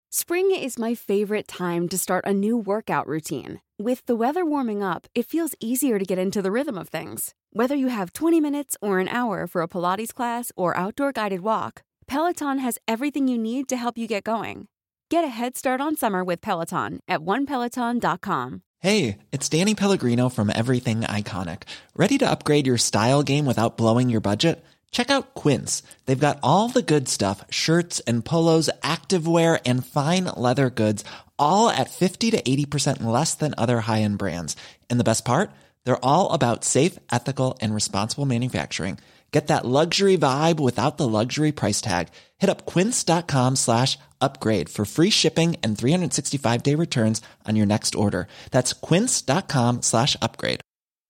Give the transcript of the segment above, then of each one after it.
Spring is my favorite time to start a new workout routine. With the weather warming up, it feels easier to get into the rhythm of things. Whether you have 20 minutes or an hour for a Pilates class or outdoor guided walk, Peloton has everything you need to help you get going. Get a head start on summer with Peloton at onepeloton.com. Hey, it's Danny Pellegrino from Everything Iconic. Ready to upgrade your style game without blowing your budget? Check out Quince. They've got all the good stuff, shirts and polos, activewear, and fine leather goods, all at 50 to 80% less than other high-end brands. And the best part? They're all about safe, ethical, and responsible manufacturing. Get that luxury vibe without the luxury price tag. Hit up quince.com/upgrade for free shipping and 365-day returns on your next order. That's quince.com/upgrade.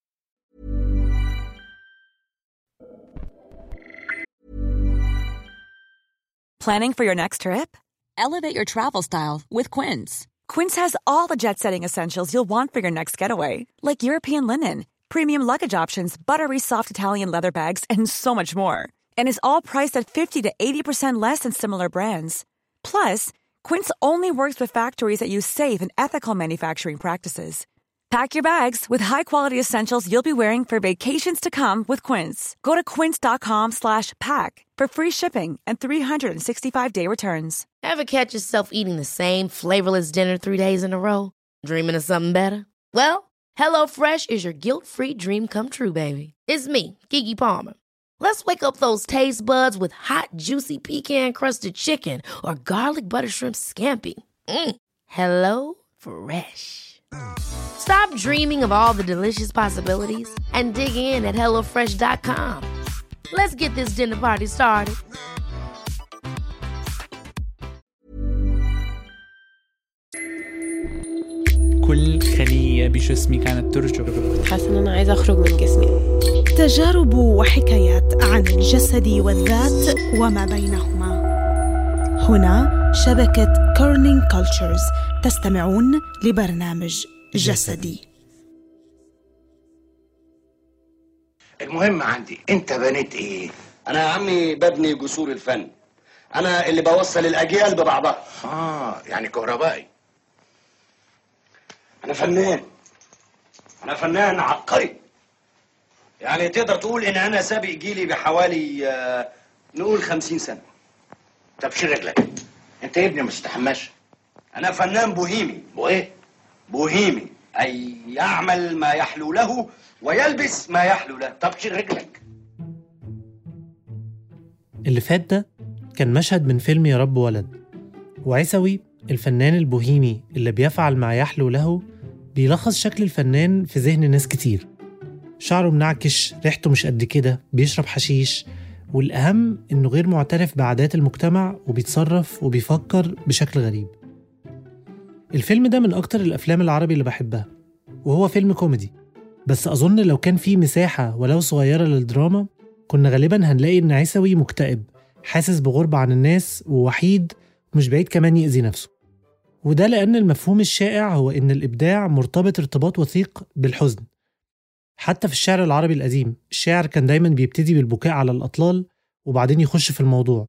Planning for your next trip? Elevate your travel style with Quince. Quince has all the jet-setting essentials you'll want for your next getaway, like European linen, premium luggage options, buttery soft Italian leather bags, and so much more. And is all priced at 50 to 80% less than similar brands. Plus, Quince only works with factories that use safe and ethical manufacturing practices. Pack your bags with high-quality essentials you'll be wearing for vacations to come with Quince. Go to quince.com/pack for free shipping and 365-day returns. Ever catch yourself eating the same flavorless dinner 3 days in a row? Dreaming of something better? Well, HelloFresh is your guilt-free dream come true, baby. It's me, Keke Palmer. Let's wake up those taste buds with hot, juicy pecan-crusted chicken or garlic butter shrimp scampi. HelloFresh. Stop dreaming of all the delicious possibilities and dig in at HelloFresh.com. Let's get this dinner party started. كل خلية بجسمي كانت ترجف. حاسة إن أنا عايزة أخرج من جسمي. تجارب وحكايات عن الجسد والذات وما بينهما. هنا شبكة كورنينج كولتشرز. تستمعون لبرنامج جسدي. المهم عندي، انت بنيت ايه؟ انا يا عمي ببني جسور الفن. انا اللي بوصل الاجيال ببعضها. يعني كهربائي. انا فنان عبقري. يعني تقدر تقول ان انا سابق جيلي بحوالي نقول 50 سنة. طب شيل رجلك، انت يا ابني ما تستحماش. انا فنان بوهيمي. وايه؟ بوهيمي، اي يعمل ما يحلو له ويلبس ما يحلو له. طب شيل رجلك. اللي فات ده كان مشهد من فيلم يا رب ولد، وعيسوي الفنان البوهيمي اللي بيفعل ما يحلو له بيلخص شكل الفنان في ذهن ناس كتير. شعره منعكش، ريحته مش قد كده، بيشرب حشيش، والأهم إنه غير معترف بعادات المجتمع وبيتصرف وبيفكر بشكل غريب. الفيلم ده من أكتر الأفلام العربي اللي بحبها، وهو فيلم كوميدي، بس أظن لو كان فيه مساحة ولو صغيرة للدراما كنا غالباً هنلاقي إن عيسوي مكتئب، حاسس بغربة عن الناس ووحيد، مش بعيد كمان يأذي نفسه. وده لأن المفهوم الشائع هو إن الإبداع مرتبط ارتباط وثيق بالحزن. حتى في الشعر العربي القديم الشاعر كان دايما بيبتدي بالبكاء على الأطلال وبعدين يخش في الموضوع.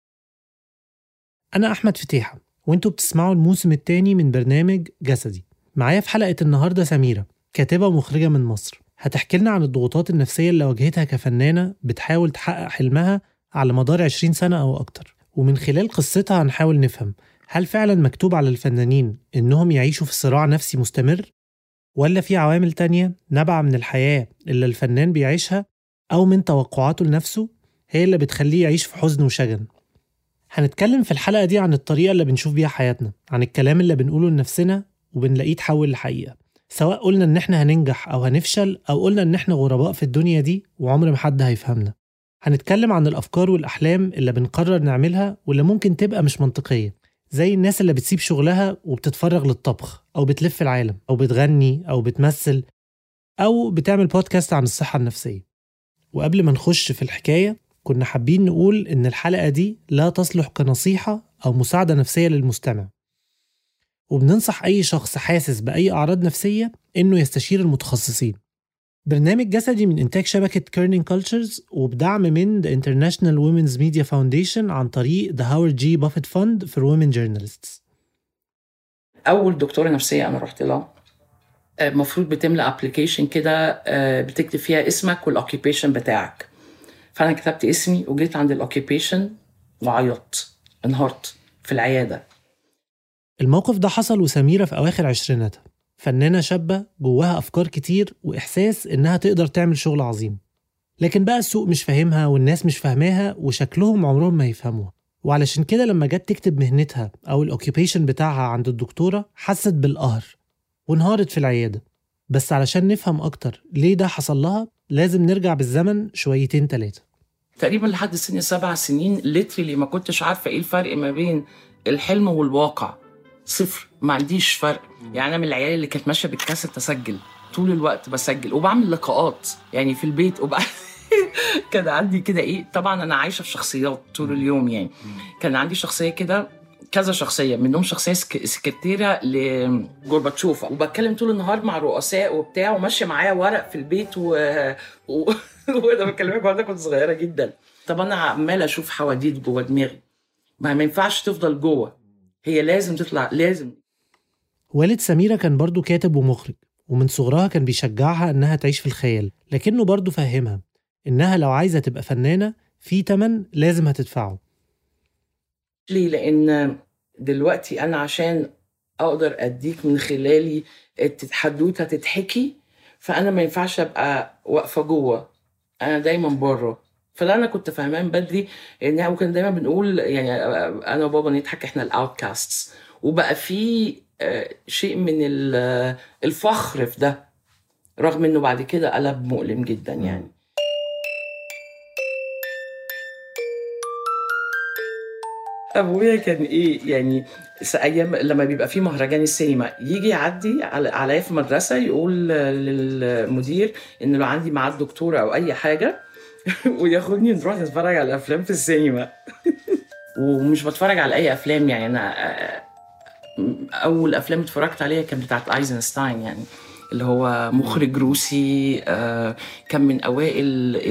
أنا أحمد فتيحة وانتوا بتسمعوا الموسم الثاني من برنامج جسدي. معايا في حلقة النهاردة سميرة، كاتبة ومخرجة من مصر، هتحكي لنا عن الضغوطات النفسية اللي واجهتها كفنانة بتحاول تحقق حلمها على مدار 20 سنة أو أكتر. ومن خلال قصتها هنحاول نفهم هل فعلا مكتوب على الفنانين إنهم يعيشوا في صراع نفسي مستمر، ولا في عوامل تانية نابعة من الحياة اللي الفنان بيعيشها أو من توقعاته لنفسه هي اللي بتخليه يعيش في حزن وشجن. هنتكلم في الحلقة دي عن الطريقة اللي بنشوف بيها حياتنا، عن الكلام اللي بنقوله لنفسنا وبنلاقيه تحول لحقيقة، سواء قلنا إن إحنا هننجح أو هنفشل، أو قلنا إن إحنا غرباء في الدنيا دي وعمر ما حد هيفهمنا. هنتكلم عن الأفكار والأحلام اللي بنقرر نعملها واللي ممكن تبقى مش منطقية، زي الناس اللي بتسيب شغلها وبتتفرغ للطبخ أو بتلف العالم أو بتغني أو بتمثل أو بتعمل بودكاست عن الصحة النفسية. وقبل ما نخش في الحكاية كنا حابين نقول إن الحلقة دي لا تصلح كنصيحة أو مساعدة نفسية للمستمع، وبننصح أي شخص حاسس بأي أعراض نفسية إنه يستشير المتخصصين. برنامج جسدي من إنتاج شبكة كورنينج كولتشرز وبدعم من The International Women's Media Foundation عن طريق The Howard G. Buffett Fund for Women Journalists. اول دكتوره نفسيه انا رحت لها المفروض بتملى ابلكيشن كده بتكتب فيها اسمك والاوكيبيشن بتاعك. فانا كتبت اسمي وجيت عند الاوكيبيشن وعيطت، انهارت في العياده. الموقف ده حصل وسميرة في أواخر عشريناتها، فنانة شابة جواها أفكار كتير وإحساس إنها تقدر تعمل شغل عظيم، لكن بقى السوق مش فاهمها والناس مش فاهماها وشكلهم عمرهم ما يفهموها. وعلشان كده لما جت تكتب مهنتها أو الأوكيبيشن بتاعها عند الدكتورة حست بالقهر وانهارت في العيادة. بس علشان نفهم أكتر ليه ده حصل لها لازم نرجع بالزمن شويتين 3. تقريبا لحد سن 7 سنين ليترلي ما كنتش عارفة إيه الفرق ما بين الحلم والواقع. صفر، ما عنديش فرق. يعني أنا من العيال اللي كانت ماشية بالكاسيت تسجل طول الوقت، بسجل وبعمل لقاءات يعني في البيت كان عندي كده إيه، طبعا أنا عايشة في شخصيات طول اليوم يعني. كان عندي شخصية كده، كذا شخصية، منهم شخصية سكرتيرة لجورباتشوف، وبتكلم طول النهار مع رؤساء وبتاع، وماشية معايا ورق في البيت وأنا بكلمك وانا كنت صغيرة جدا. طب أنا عمالة أشوف حواديت جوه دماغي، ما ينفعش تفضل جوه، هي لازم تطلع، لازم. والد سميرة كان برضو كاتب ومخرج، ومن صغرها كان بيشجعها إنها تعيش في الخيال، لكنه برضو فهمها إنها لو عايزة تبقى فنانة في تمن لازم هتدفعه. ليه؟ لأن دلوقتي أنا عشان أقدر أديك من خلالي الحدوتة تتحكي، فأنا ما ينفعش أبقى واقفة جوه، أنا دايما بره. فلا أنا كنت فهمان بدري إنها، وكان دايما بنقول يعني أنا وبابا نضحك إحنا الأوتكاستس، وبقى في شيء من الفخر في ده، رغم إنه بعد كده قلب مؤلم جدا يعني. أبويا كان إيه يعني، أيام لما بيبقى في مهرجان السينما يجي يعدي عليا في مدرسة يقول للمدير إن لو عندي معاد دكتورة أو أي حاجة وياخدني نروح نتفرج على الأفلام في السينما. ومش بتفرج على أي أفلام يعني، أنا أول أفلام اتفرجت عليها كانت بتاعت أيزنشتاين يعني، اللي هو مخرج روسي، كان من أوائل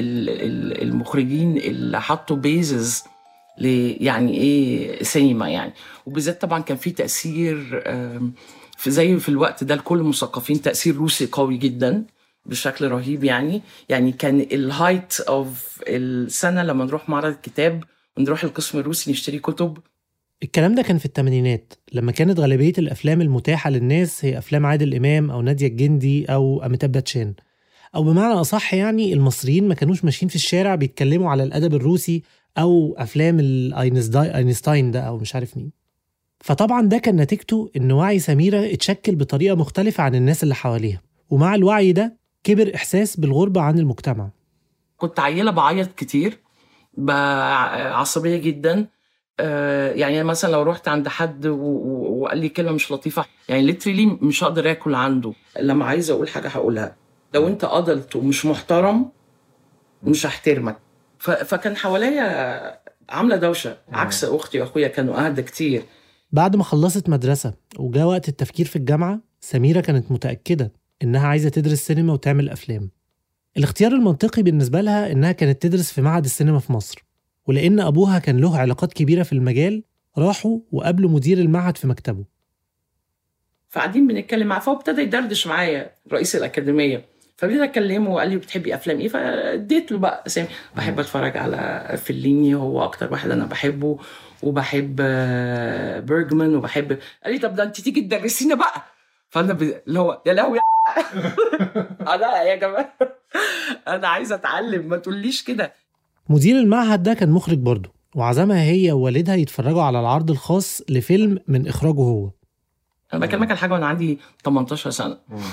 المخرجين اللي حطوا بيزز يعني ايه سينما يعني. وبالذات طبعا كان في تأثير في زي في الوقت ده لكل المثقفين، تأثير روسي قوي جدا بشكل رهيب يعني كان الهايت اوف السنة لما نروح معرض الكتاب ونروح القسم الروسي نشتري كتب. الكلام ده كان في الثمانينات، لما كانت غالبية الأفلام المتاحة للناس هي أفلام عادل إمام أو نادية الجندي أو أميتاب باتشان، أو بمعنى أصح يعني المصريين ما كانوش ماشيين في الشارع بيتكلموا على الأدب الروسي أو أفلام أينشتاين ده أو مش عارف مين. فطبعا ده كان نتيجته إن وعي سميرة اتشكل بطريقة مختلفة عن الناس اللي حواليها، ومع الوعي ده كبر إحساس بالغربة عن المجتمع. كنت عيلة بعيط كتير، عصبية جدا، يعني مثلا لو رحت عند حد وقال لي كلمة مش لطيفة يعني ليترلي مش هقدر أكل عنده. لما عايزة أقول حاجة هقولها، لو أنت أدلت ومش محترم مش هحترمك. فكان حواليا عاملة دوشة، عكس أختي وأخويا كانوا أهدى كتير. بعد ما خلصت مدرسة وجاء وقت التفكير في الجامعة، سميرة كانت متأكدة إنها عايزة تدرس سينما وتعمل أفلام. الاختيار المنطقي بالنسبة لها إنها كانت تدرس في معهد السينما في مصر، ولأن أبوها كان له علاقات كبيرة في المجال راحوا وقابلوا مدير المعهد في مكتبه. فقاعدين بنتكلم معاه، فابتدى يدردش معايا رئيس الأكاديمية، فبدأ أكلمه وقال لي بتحبي أفلام إيه؟ فاديت له بقى اسامي، بحب أتفرج على فيليني، هو أكتر واحد أنا بحبه، وبحب بيرجمان، وبحب. قال لي طب ده أنت تيجي تدرسينا بقى. فأنا اللي هو يا لهوي أنا يا جماعة أنا عايزة أتعلم، ما تقوليش كده. مدير المعهد ده كان مخرج برضه، وعزمها هي ووالدها يتفرجوا على العرض الخاص لفيلم من إخراجه هو. أنا بكلمك على حاجة وأنا عندي 18 سنة.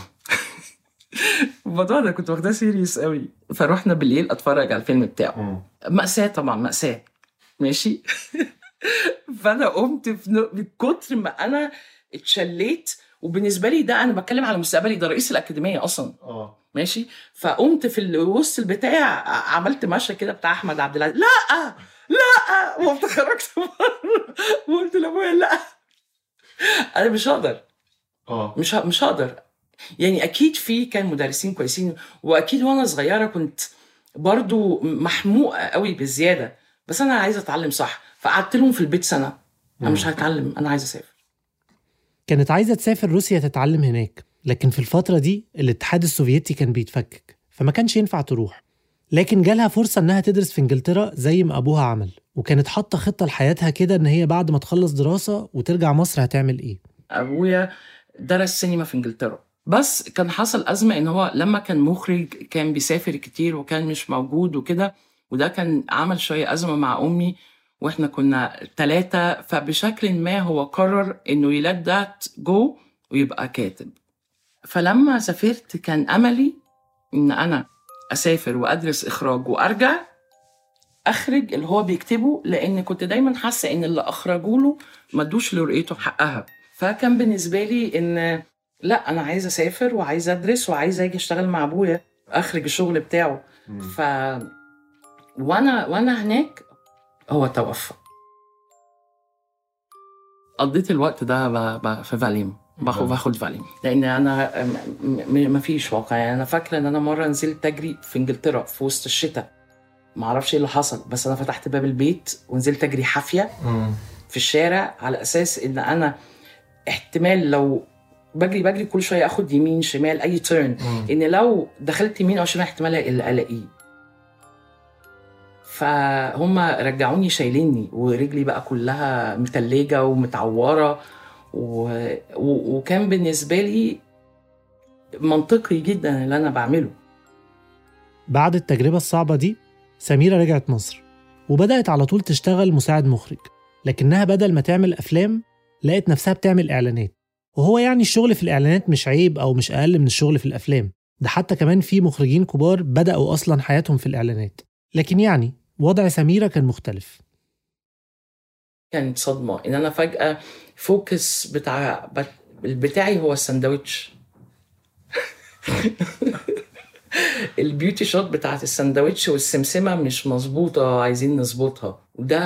الموضوع ده كنت واخداه سيريس قوي. فروحنا بالليل اتفرج على الفيلم بتاعه. مأساة طبعا، مأساة ماشي. فانا قمت من كتر ما انا اتشليت، وبالنسبه لي ده انا بتكلم على مستقبلي، ده رئيس الاكاديميه اصلا ماشي. فقمت في الوسط بتاع عملت مشهد كده بتاع احمد عبد العزيز، لا وقمت خرجت وقلت لابويا لا انا مش هقدر، مش هقدر يعني. اكيد في كان مدرسين كويسين، واكيد وانا صغيره كنت برضو محموقه قوي بزياده، بس انا عايزه اتعلم صح. فقعدت لهم في البيت سنه، انا مش هتعلم، انا عايزه اسافر. كانت عايزة تسافر روسيا تتعلم هناك، لكن في الفترة دي الاتحاد السوفيتي كان بيتفكك، فما كانش ينفع تروح. لكن جالها فرصة إنها تدرس في إنجلترا زي ما أبوها عمل، وكانت حاطة خطة لحياتها كده إن هي بعد ما تخلص دراسة وترجع مصر هتعمل إيه. أبويا درس سينما في إنجلترا، بس كان حصل أزمة إن هو لما كان مخرج كان بيسافر كتير وكان مش موجود وكده، وده كان عمل شوية أزمة مع أمي، وإحنا كنا 3. فبشكل ما هو قرر إنه يلات ذات جو ويبقى كاتب. فلما سافرت كان أملي إن أنا أسافر وأدرس إخراج وأرجع أخرج اللي هو بيكتبه، لأن كنت دايما حاسة إن اللي أخرجوا له ما ادوش لرؤيته حقها. فكان بالنسبة لي إن لا، أنا عايزة أسافر وعايزة أدرس وعايزة أجي أشتغل مع أبويا أخرج الشغل بتاعه. وأنا هناك هو توفى. قضيت الوقت ده في فاليوم، باخد فاليوم، لأن أنا ما فيش واقع. يعني أنا فاكرة إن أنا مرة نزلت تجري في إنجلترا في وسط الشتاء، ما أعرفش إيه اللي حصل، بس أنا فتحت باب البيت ونزلت تجري حافية في الشارع، على أساس إن أنا احتمال لو بجري كل شوية أخد يمين شمال أي تيرن، إن لو دخلت يمين أو شمال احتمال ألاقيه. فهم رجعوني شايليني ورجلي بقى كلها متلجة ومتعورة، وكان بالنسبة لي منطقي جدا اللي أنا بعمله. بعد التجربة الصعبة دي سميرة رجعت مصر وبدأت على طول تشتغل مساعد مخرج، لكنها بدل ما تعمل أفلام لقت نفسها بتعمل إعلانات. وهو يعني الشغل في الإعلانات مش عيب أو مش أقل من الشغل في الأفلام، ده حتى كمان في مخرجين كبار بدأوا أصلا حياتهم في الإعلانات. لكن يعني وضع سميرة كان مختلف. كانت صدمة إن أنا فجأة فوكس بتاعي هو الساندويتش. البيوتي شوت بتاعت الساندويتش والسمسمة مش مظبوطة، عايزين نظبطها، وده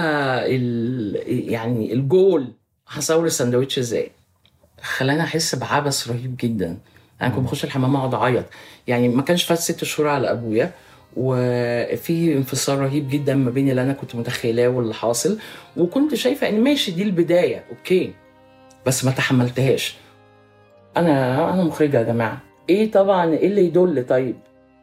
يعني الجول. هصور الساندويتش ازاي؟ خلاني احس بعبث رهيب جدا. انا كنت بخش الحمام اقعد اعيط، يعني ما كانش فات 6 شهور على ابويا، وفي انفصال رهيب جدا ما بين اللي انا كنت متخيلاه واللي حاصل، وكنت شايفه ان ماشي دي البدايه اوكي، بس ما تحملتهاش. انا مخرجه يا جماعه، ايه طبعا ايه اللي يدل؟ طيب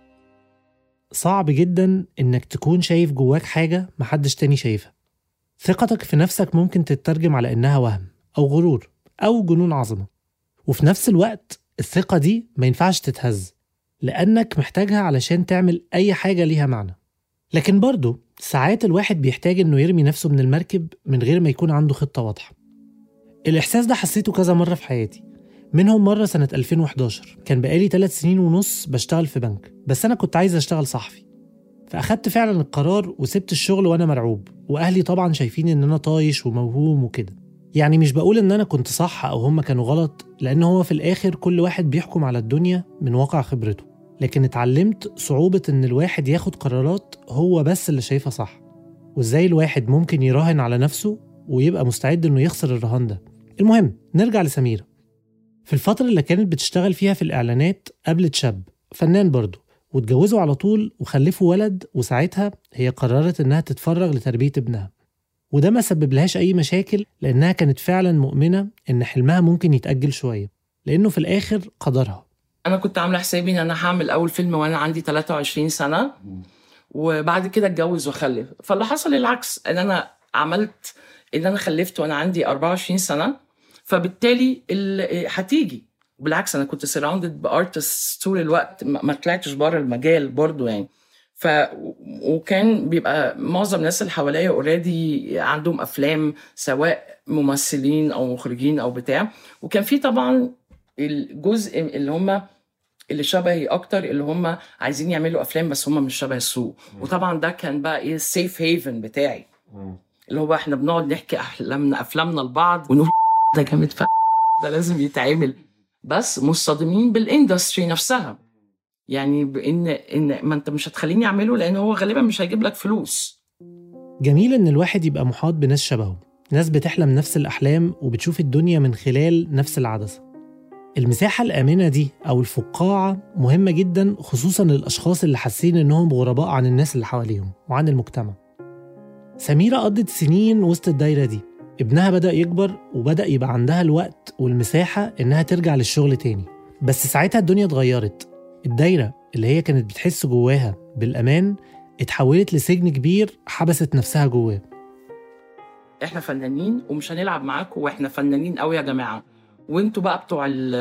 صعب جدا انك تكون شايف جواك حاجه محدش تاني شايفها. ثقتك في نفسك ممكن تترجم على انها وهم او غرور او جنون عظمه، وفي نفس الوقت الثقه دي ما ينفعش تتهز، لأنك محتاجها علشان تعمل أي حاجة ليها معنى. لكن برضو ساعات الواحد بيحتاج إنه يرمي نفسه من المركب من غير ما يكون عنده خطة واضحة. الإحساس ده حسيته كذا مرة في حياتي، منهم مرة سنة 2011 كان بقالي 3 سنين ونص بشتغل في بنك، بس أنا كنت عايز أشتغل صحفي. فأخدت فعلا القرار وسبت الشغل وأنا مرعوب، وأهلي طبعا شايفين إن أنا طايش وموهوم وكده. يعني مش بقول إن أنا كنت صح أو هم كانوا غلط، لأن هو في الآخر كل واحد بيحكم على الدنيا من واقع خبرته. لكن اتعلمت صعوبة إن الواحد ياخد قرارات هو بس اللي شايفها صح، وإزاي الواحد ممكن يراهن على نفسه ويبقى مستعد إنه يخسر الرهان ده. المهم نرجع لسميرة. في الفترة اللي كانت بتشتغل فيها في الإعلانات قابلت شاب فنان برضه، واتجوزوا على طول وخلفوا ولد، وساعتها هي قررت إنها تتفرغ لتربية ابنها. وده ما سبب لهاش أي مشاكل، لأنها كانت فعلا مؤمنة إن حلمها ممكن يتأجل شوية، لأنه في الآخر قدرها. أنا كنت عاملة حسابي إن أنا هعمل أول فيلم وأنا عندي 23 سنة، وبعد كده اتجوز وخلف. فاللي حصل العكس، إن أنا عملت إن أنا خلفت وأنا عندي 24 سنة، فبالتالي هتيجي. بالعكس أنا كنت surrounded بارتست طول الوقت، ما طلعتش بره المجال برضو يعني. وكان بيبقى معظم الناس اللي حواليا اوريدي عندهم افلام، سواء ممثلين او مخرجين او بتاع. وكان في طبعا الجزء اللي هم اللي شبهي اكتر، اللي هم عايزين يعملوا افلام بس هم مش شبه السوق. وطبعا ده كان بقى ايه السيف هيفن بتاعي، اللي هو احنا بنقعد نحكي افلامنا لبعض ونقول ده جامد، ده لازم يتعمل، بس مصطدمين بالاندستري نفسها. يعني ان ما انت مش هتخليني اعمله، لان هو غالبا مش هيجيب لك فلوس. جميل ان الواحد يبقى محاط بناس شبهه، ناس بتحلم نفس الاحلام وبتشوف الدنيا من خلال نفس العدسه. المساحه الامنه دي او الفقاعه مهمه جدا، خصوصا للاشخاص اللي حاسين انهم غرباء عن الناس اللي حواليهم وعن المجتمع. سميرة قضت سنين وسط الدايره دي، ابنها بدأ يكبر وبدأ يبقى عندها الوقت والمساحة إنها ترجع للشغل تاني. بس ساعتها الدنيا اتغيرت. الدايرة اللي هي كانت بتحس جواها بالأمان اتحولت لسجن كبير حبست نفسها جواه. احنا فنانين ومش هنلعب معاكم، واحنا فنانين قوي يا جماعة، وانتوا بقى بتوع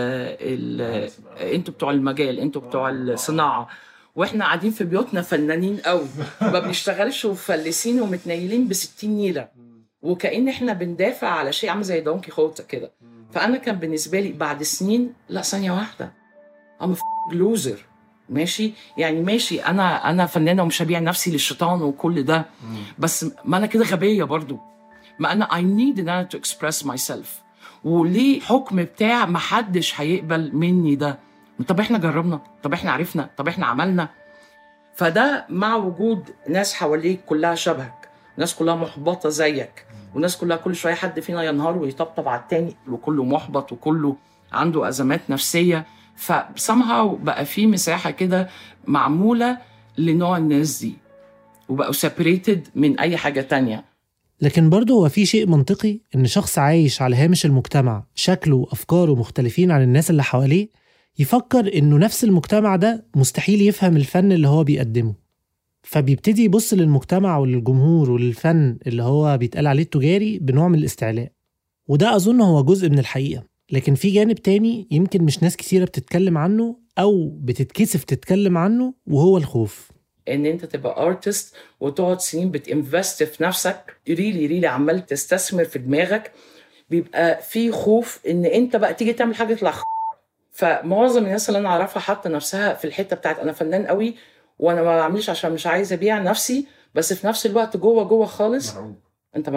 انتوا بتوع المجال، انتوا بتوع الصناعة، واحنا قاعدين في بيوتنا فنانين قوي ما بنشتغلش ومفلسين ومتنيلين ب60 نيلة، وكأن احنا بندافع على شيء عامل زي دونكي خوته كده. فأنا كان بالنسبة لي بعد سنين، لا ثانية واحدة، I'm a loser. ماشي يعني ماشي، أنا فنانة ومش هبيع نفسي للشيطان وكل ده، بس ما أنا كده غبية برضو، ما أنا I need in order to express myself. وليه حكم بتاع محدش هيقبل مني ده؟ طب احنا جربنا، طب احنا عرفنا، طب احنا عملنا. فده مع وجود ناس حواليك كلها شبهك، ناس كلها محبطة زيك، وناس كلها كل شوية حد فينا ينهار ويطبطب على التاني، وكله محبط وكله عنده أزمات نفسية. فسامها بقى في مساحة كده معمولة لنوع الناس دي، وبقوا separated من أي حاجة تانية. لكن برضه هو في شيء منطقي إن شخص عايش على هامش المجتمع شكله وأفكاره مختلفين عن الناس اللي حواليه يفكر إنه نفس المجتمع ده مستحيل يفهم الفن اللي هو بيقدمه، فبيبتدي يبص للمجتمع وللجمهور وللفن اللي هو بيتقال عليه التجاري بنوع من الاستعلاء. وده أظن هو جزء من الحقيقة. لكن في جانب تاني يمكن مش ناس كثيرة بتتكلم عنه أو بتتكسف تتكلم عنه، وهو الخوف. ان انت تبقى ارتست وتقعد سنين بتinvest في نفسك، ريلي عمال تستثمر في دماغك، بيبقى في خوف ان انت بقى تيجي تعمل حاجة تطلع فمعظم الناس اللي انا اعرفها حاطه نفسها في الحته بتاعت انا فنان قوي وانا ما بعملش عشان مش عايزه ابيع نفسي، بس في نفس الوقت جوه خالص مرعوب. انت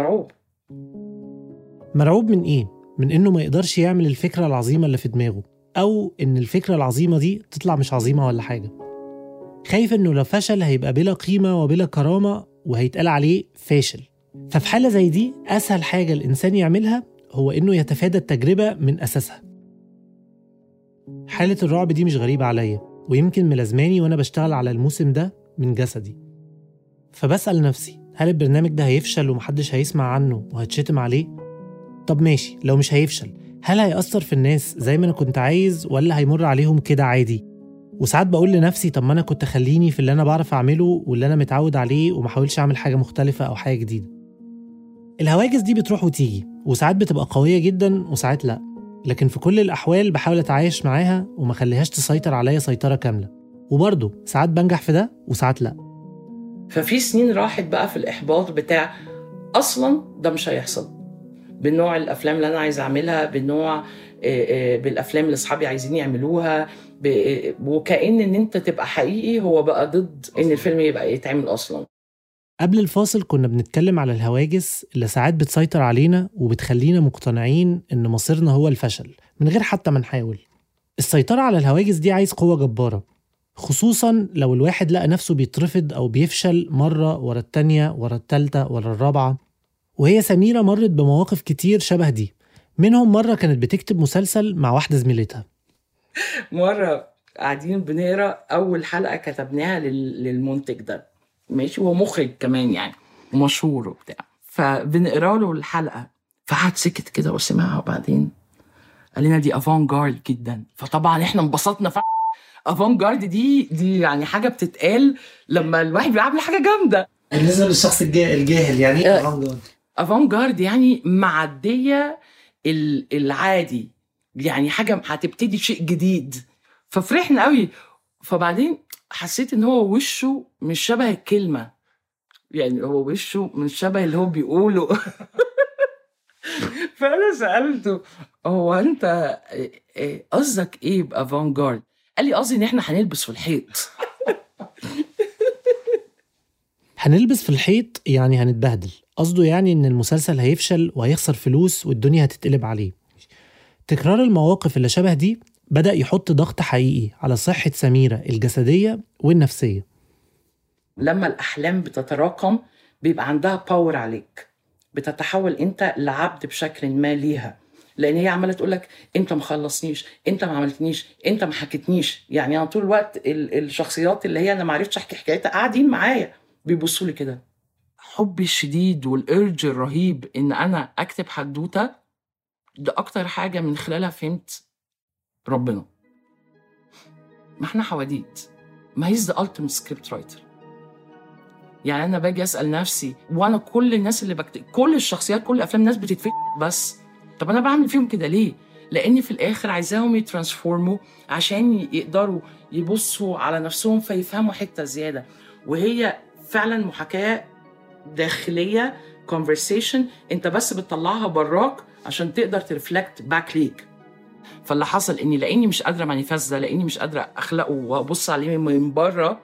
مرعوب من ايه؟ من انه ما يقدرش يعمل الفكره العظيمه اللي في دماغه، او ان الفكره العظيمه دي تطلع مش عظيمه ولا حاجه. خايف انه لو فشل هيبقى بلا قيمه وبلا كرامه وهيتقال عليه فاشل. ففي حاله زي دي اسهل حاجه الانسان يعملها هو انه يتفادى التجربه من اساسها. حالة الرعب دي مش غريبة عليا، ويمكن ملازماني وأنا بشتغل على الموسم ده من جسدي. فبسأل نفسي، هل البرنامج ده هيفشل ومحدش هيسمع عنه وهتشتم عليه؟ طب ماشي، لو مش هيفشل هل هيأثر في الناس زي ما أنا كنت عايز ولا هيمر عليهم كده عادي؟ وساعات بقول لنفسي طب ما أنا كنت خليني في اللي أنا بعرف أعمله واللي أنا متعود عليه ومحاولش أعمل حاجة مختلفة أو حاجة جديدة. الهواجس دي بتروح وتيجي، وساعات بتبقى قوية جدا وساعات لأ، لكن في كل الأحوال بحاول أتعايش معاها وما خليهاش تسيطر عليا سيطرة كاملة، وبرضه ساعات بنجح في ده وساعات لأ. ففي سنين راحت بقى في الإحباط بتاع أصلا ده مش هيحصل بالنوع الأفلام اللي أنا عايز أعملها، بالنوع بالأفلام اللي أصحابي عايزين يعملوها، وكأن إن أنت تبقى حقيقي هو بقى ضد إن الفيلم يبقى يتعمل أصلا. قبل الفاصل كنا بنتكلم على الهواجس اللي ساعات بتسيطر علينا وبتخلينا مقتنعين إن مصيرنا هو الفشل من غير حتى ما نحاول. السيطرة على الهواجس دي عايز قوة جبارة، خصوصاً لو الواحد لقى نفسه بيترفض أو بيفشل مرة ورا التانية ورا التالتة ورا الرابعة. وهي سميرة مرت بمواقف كتير شبه دي، منهم مرة كانت بتكتب مسلسل مع واحدة زميلتها. مرة قاعدين بنقرأ أول حلقة كتبناها للمنتج ده، ماشي، هو مخرج كمان يعني مشهور وبتاع، فبنقرأ له الحلقة، فقعد سكت كده وسمعها، وبعدين قال لنا دي افانجارد جدا. فطبعا احنا انبسطنا. افانجارد دي يعني حاجة بتتقال لما الواحد بيعمل حاجة جامدة. بالنسبة للشخص الجاهل يعني افانجارد يعني معدية العادي، يعني حاجة هتبتدي شيء جديد. ففرحنا قوي. فبعدين حسيت ان هو وشه مش شبه الكلمة، يعني هو وشه مش شبه اللي هو بيقوله. فأنا سألته هو أنت قصدك إيه بأفانجارد؟ قال لي قصدي إن إحنا هنلبس في الحيط. هنلبس في الحيط يعني هنتبهدل. قصده يعني إن المسلسل هيفشل وهيخسر فلوس والدنيا هتتقلب عليه. تكرار المواقف اللي شبه دي بدأ يحط ضغط حقيقي على صحة سميرة الجسدية والنفسية. لما الأحلام بتتراكم بيبقى عندها باور عليك، بتتحول أنت لعبد بشكل ما ليها، لأن هي عمالة تقولك أنت ما خلصنيش، أنت ما عملتنيش، أنت ما حكتنيش. يعني أنا طول الوقت الشخصيات اللي هي أنا ما عرفتش أحكي حكايتها قاعدين معايا بيبصوا لي كده، حبي الشديد والإرج الرهيب إن أنا أكتب حدوتة، ده أكتر حاجة من خلالها فهمت ربنا. ما احنا حواديت، ما he's the ultimate script writer. يعني أنا باجي أسأل نفسي، وأنا كل الناس اللي بكتب، كل الشخصيات، كل الأفلام، الناس بتتفق بس، طب أنا بعمل فيهم كده ليه؟ لأني في الآخر عايزاهم يترانسفورموا عشان يقدروا يبصوا على نفسهم فيفهموا حتة زيادة، وهي فعلا محاكاة داخلية، conversation أنت بس بتطلعها براك عشان تقدر ترفلكت باك ليك. فاللي حصل إني لأني مش قادرة مانيفست ده، لأني مش قادرة أخلقه وأبص عليه من بره،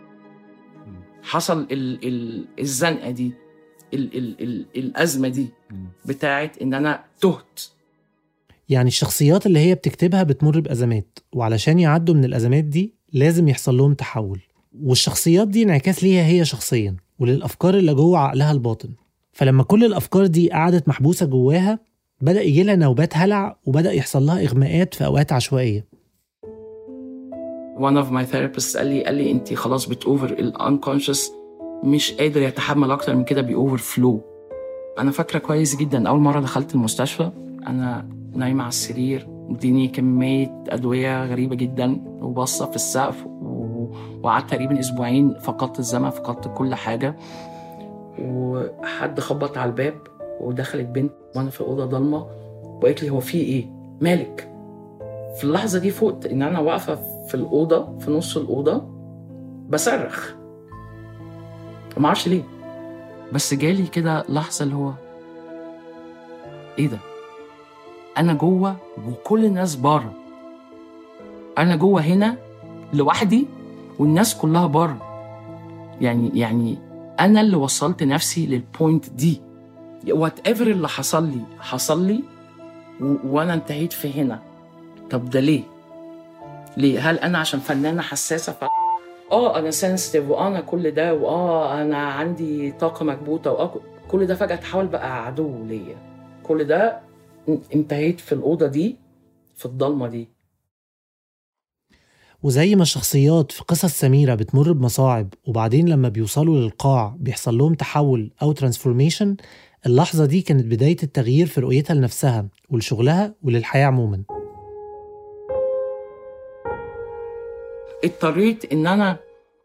حصل الزنقة دي، الأزمة دي بتاعت إن أنا تهت. يعني الشخصيات اللي هي بتكتبها بتمر بأزمات، وعلشان يعدوا من الأزمات دي لازم يحصل لهم تحول، والشخصيات دي انعكاس ليها هي شخصيا وللأفكار اللي جوه عقلها الباطن. فلما كل الأفكار دي قعدت محبوسة جواها بدأ يجي لها نوبات هلع، وبدأ يحصل لها إغماءات في أوقات عشوائية. One of my therapists قال لي أنت خلاص بتأوفر الانكونشس، مش قادر يتحمل أكتر من كده، بيأوفر فلو. أنا فاكرة كويس جدا أول مرة دخلت المستشفى، أنا نايمة على السرير، مديني كمية أدوية غريبة جدا وبصة في السقف، وقعدت تقريبا أسبوعين فقدت الزمن، فقدت كل حاجة. وحد خبط على الباب ودخلت بنت وأنا في الأوضة ضلمة وقالت لي هو في إيه؟ مالك؟ في اللحظة دي فوقت إن أنا واقفة في الأوضة، في نص الأوضة بصرخ، ومعرفش ليه، بس جالي كده لحظة اللي هو إيه ده؟ أنا جوه وكل الناس بره، أنا جوه هنا لوحدي والناس كلها بره. يعني أنا اللي وصلت نفسي للبوينت دي. whatever اللي حصل لي وأنا انتهيت في هنا. طب ده ليه؟ هل أنا عشان فنانة حساسة أنا سنسيتيف، وأنا كل ده، أنا عندي طاقة مكبوتة، كل ده فجأة تحول بقى عدو ليا. كل ده انتهيت في الأوضة دي، في الضلمة دي. وزي ما الشخصيات في قصص سميرة بتمر بمصاعب، وبعدين لما بيوصلوا للقاع بيحصل لهم تحول أو ترانسفورميشن، اللحظة دي كانت بداية التغيير في رؤيتها لنفسها ولشغلها وللحياة عموما. اضطريت إن أنا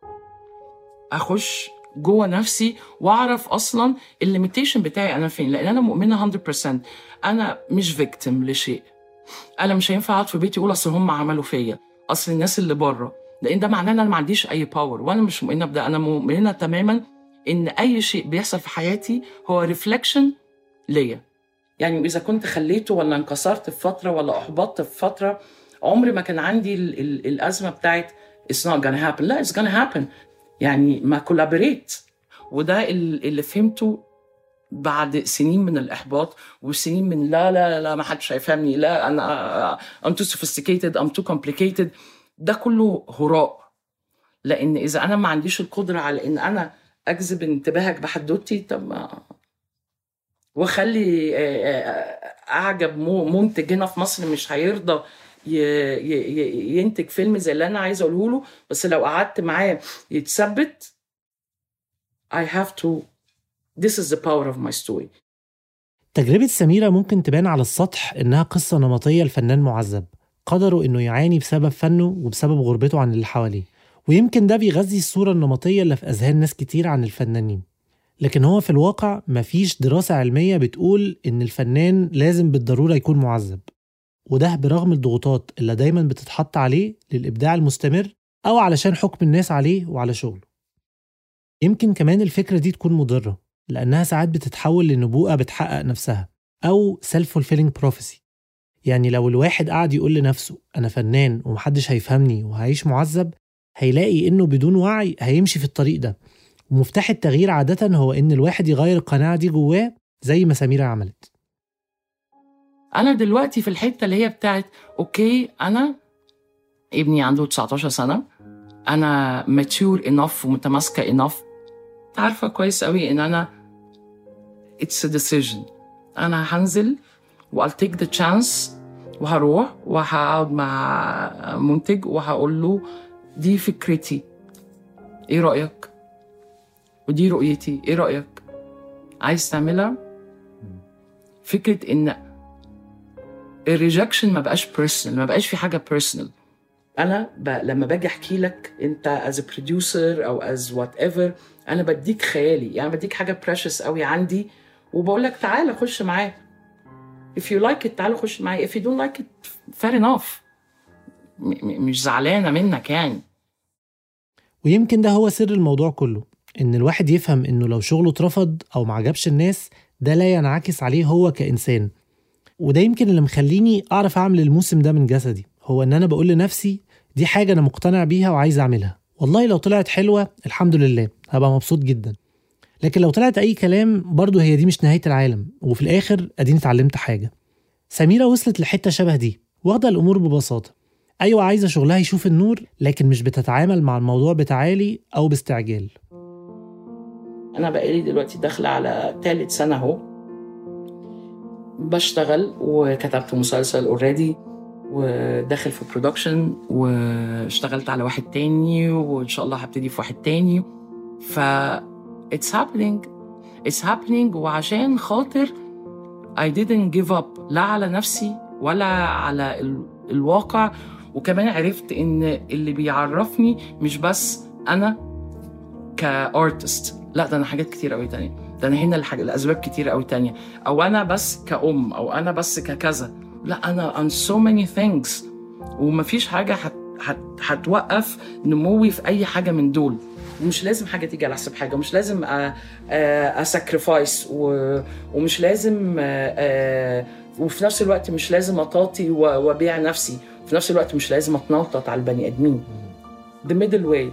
أخش جوه نفسي وأعرف أصلا الليميتيشن بتاعي أنا فين، لأن أنا مؤمنة 100% أنا مش فيكتيم لشيء. أنا مش هينفع أقعد في بيتي أقول أصل هم عملوا فيا، أصل الناس اللي بره، لأن ده معناه إن أنا ما عنديش أي باور، وأنا مش مؤمنة بده. أنا مؤمنة تماما إن أي شيء بيحصل في حياتي هو ريفلكشن ليا. يعني إذا كنت خليته ولا انكسرت في فترة ولا أحبطت في فترة، عمري ما كان عندي الأزمة بتاعت it's not gonna happen. لا it's gonna happen. يعني ما كولابريت. وده اللي فهمته بعد سنين من الإحباط وسنين من لا ما حدش هيفهمني، لا أنا I'm too sophisticated, I'm too complicated. ده كله هراء. لأن إذا أنا ما عنديش القدرة على إن أنا أجذب انتباهك بحدوتي، طب ما وخلي أعجب منتج هنا في مصر مش هيرضى ينتج فيلم زي اللي أنا عايزة أقوله له، بس لو قعدت معاه يتثبت I have to. This is the power of my story. تجربة سميرة ممكن تبان على السطح إنها قصة نمطية لفنان معذب قدره إنه يعاني بسبب فنه وبسبب غربته عن اللي حواليه، ويمكن ده بيغذي الصورة النمطية اللي في أذهان ناس كتير عن الفنانين. لكن هو في الواقع مفيش دراسة علمية بتقول إن الفنان لازم بالضرورة يكون معذب، وده برغم الضغوطات اللي دايما بتتحط عليه للإبداع المستمر أو علشان حكم الناس عليه وعلى شغله. يمكن كمان الفكرة دي تكون مضرة، لأنها ساعات بتتحول لنبوءة بتحقق نفسها أو self-fulfilling prophecy. يعني لو الواحد قاعد يقول لنفسه أنا فنان ومحدش هيفهمني وهعيش معذب، هيلاقي إنه بدون وعي هيمشي في الطريق ده. ومفتاح التغيير عادة هو إن الواحد يغير القناعة دي جواه زي ما سميرة عملت. أنا دلوقتي في الحتة اللي هي بتاعت أوكي، أنا ابني عنده 19 سنة، أنا mature enough ومتماسكة enough، تعرفة كويس قوي إن أنا it's a decision. أنا هنزل I'll take the chance وهروح وهقعد مع منتج وهقول له دي فكرتي، إيه رأيك؟ ودي رؤيتي، إيه رأيك؟ عايز تعملها. فكرة إن الريجكشن ما بقاش personal، ما بقاش في حاجة personal. أنا لما باجي أحكي لك أنت as a producer أو as whatever، أنا بديك خيالي، يعني بديك حاجة precious قوي عندي وبقول لك تعالى خش معايا. if you like it تعالى خش معايا، if you don't like it fair enough، مش زعلانة منك يعني. ويمكن ده هو سر الموضوع كله، إن الواحد يفهم إنه لو شغله اترفض أو معجبش الناس ده لا ينعكس عليه هو كإنسان. وده يمكن اللي مخليني أعرف أعمل الموسم ده من جسدي، هو إن أنا بقول لنفسي دي حاجة أنا مقتنع بيها وعايز أعملها، والله لو طلعت حلوة الحمد لله هبقى مبسوط جدا، لكن لو طلعت أي كلام برضو هي دي مش نهاية العالم، وفي الآخر أديني اتعلمت حاجة. سميرة وصلت لحتة شبه دي، واخدة الأمور ببساطة. أيوة عايزة شغلها يشوف النور، لكن مش بتتعامل مع الموضوع بتعالي أو باستعجال. أنا بقالي دلوقتي داخلة على 3 سنة اهو بشتغل، وكتبت مسلسل اوريدي وداخل في برودكشن، واشتغلت على واحد تاني، وإن شاء الله هبتدي في واحد تاني. ف it's happening وعشان خاطر I didn't give up لا على نفسي ولا على الواقع. وكمان عرفت إن اللي بيعرفني مش بس أنا كارتست، لا ده أنا حاجات كتير قوي تانية، ده أنا هنا الأسباب كتير قوي تانية، أو أنا بس كأم، أو أنا بس ككذا، لا أنا on so many things، ومفيش حاجة هتوقف نموي في أي حاجة من دول. ومش لازم حاجة تيجي على حساب حاجة، ومش لازم أساكريفايس، ومش لازم وفي نفس الوقت مش لازم أطاطي وبيع نفسي، وفي نفس الوقت مش لازم أتنطط على البني آدمين. The middle way.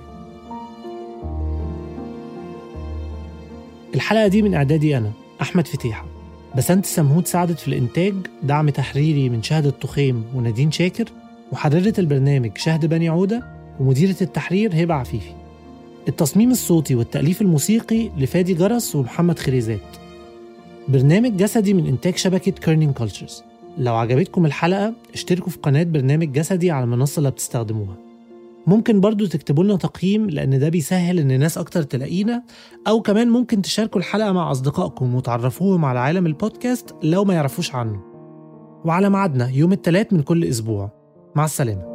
الحلقة دي من إعدادي أنا أحمد فتيحة، بسنت سمهود ساعدت في الإنتاج، دعم تحريري من شهد الطخيم ونادين شاكر، محررة البرنامج شهد بني عودة، ومديرة التحرير هبة عفيفي. التصميم الصوتي والتأليف الموسيقي لفادي جرس ومحمد خريزات. برنامج جسدي من إنتاج شبكة كورنينج كولتشرز. لو عجبتكم الحلقة اشتركوا في قناة برنامج جسدي على المنصة اللي بتستخدموها. ممكن برضو تكتبوا لنا تقييم، لأن ده بيسهل إن ناس أكتر تلاقينا، أو كمان ممكن تشاركوا الحلقة مع أصدقائكم وتعرفوهم على عالم البودكاست لو ما يعرفوش عنه. وعلى ميعادنا يوم الثلاث من كل أسبوع. مع السلامة.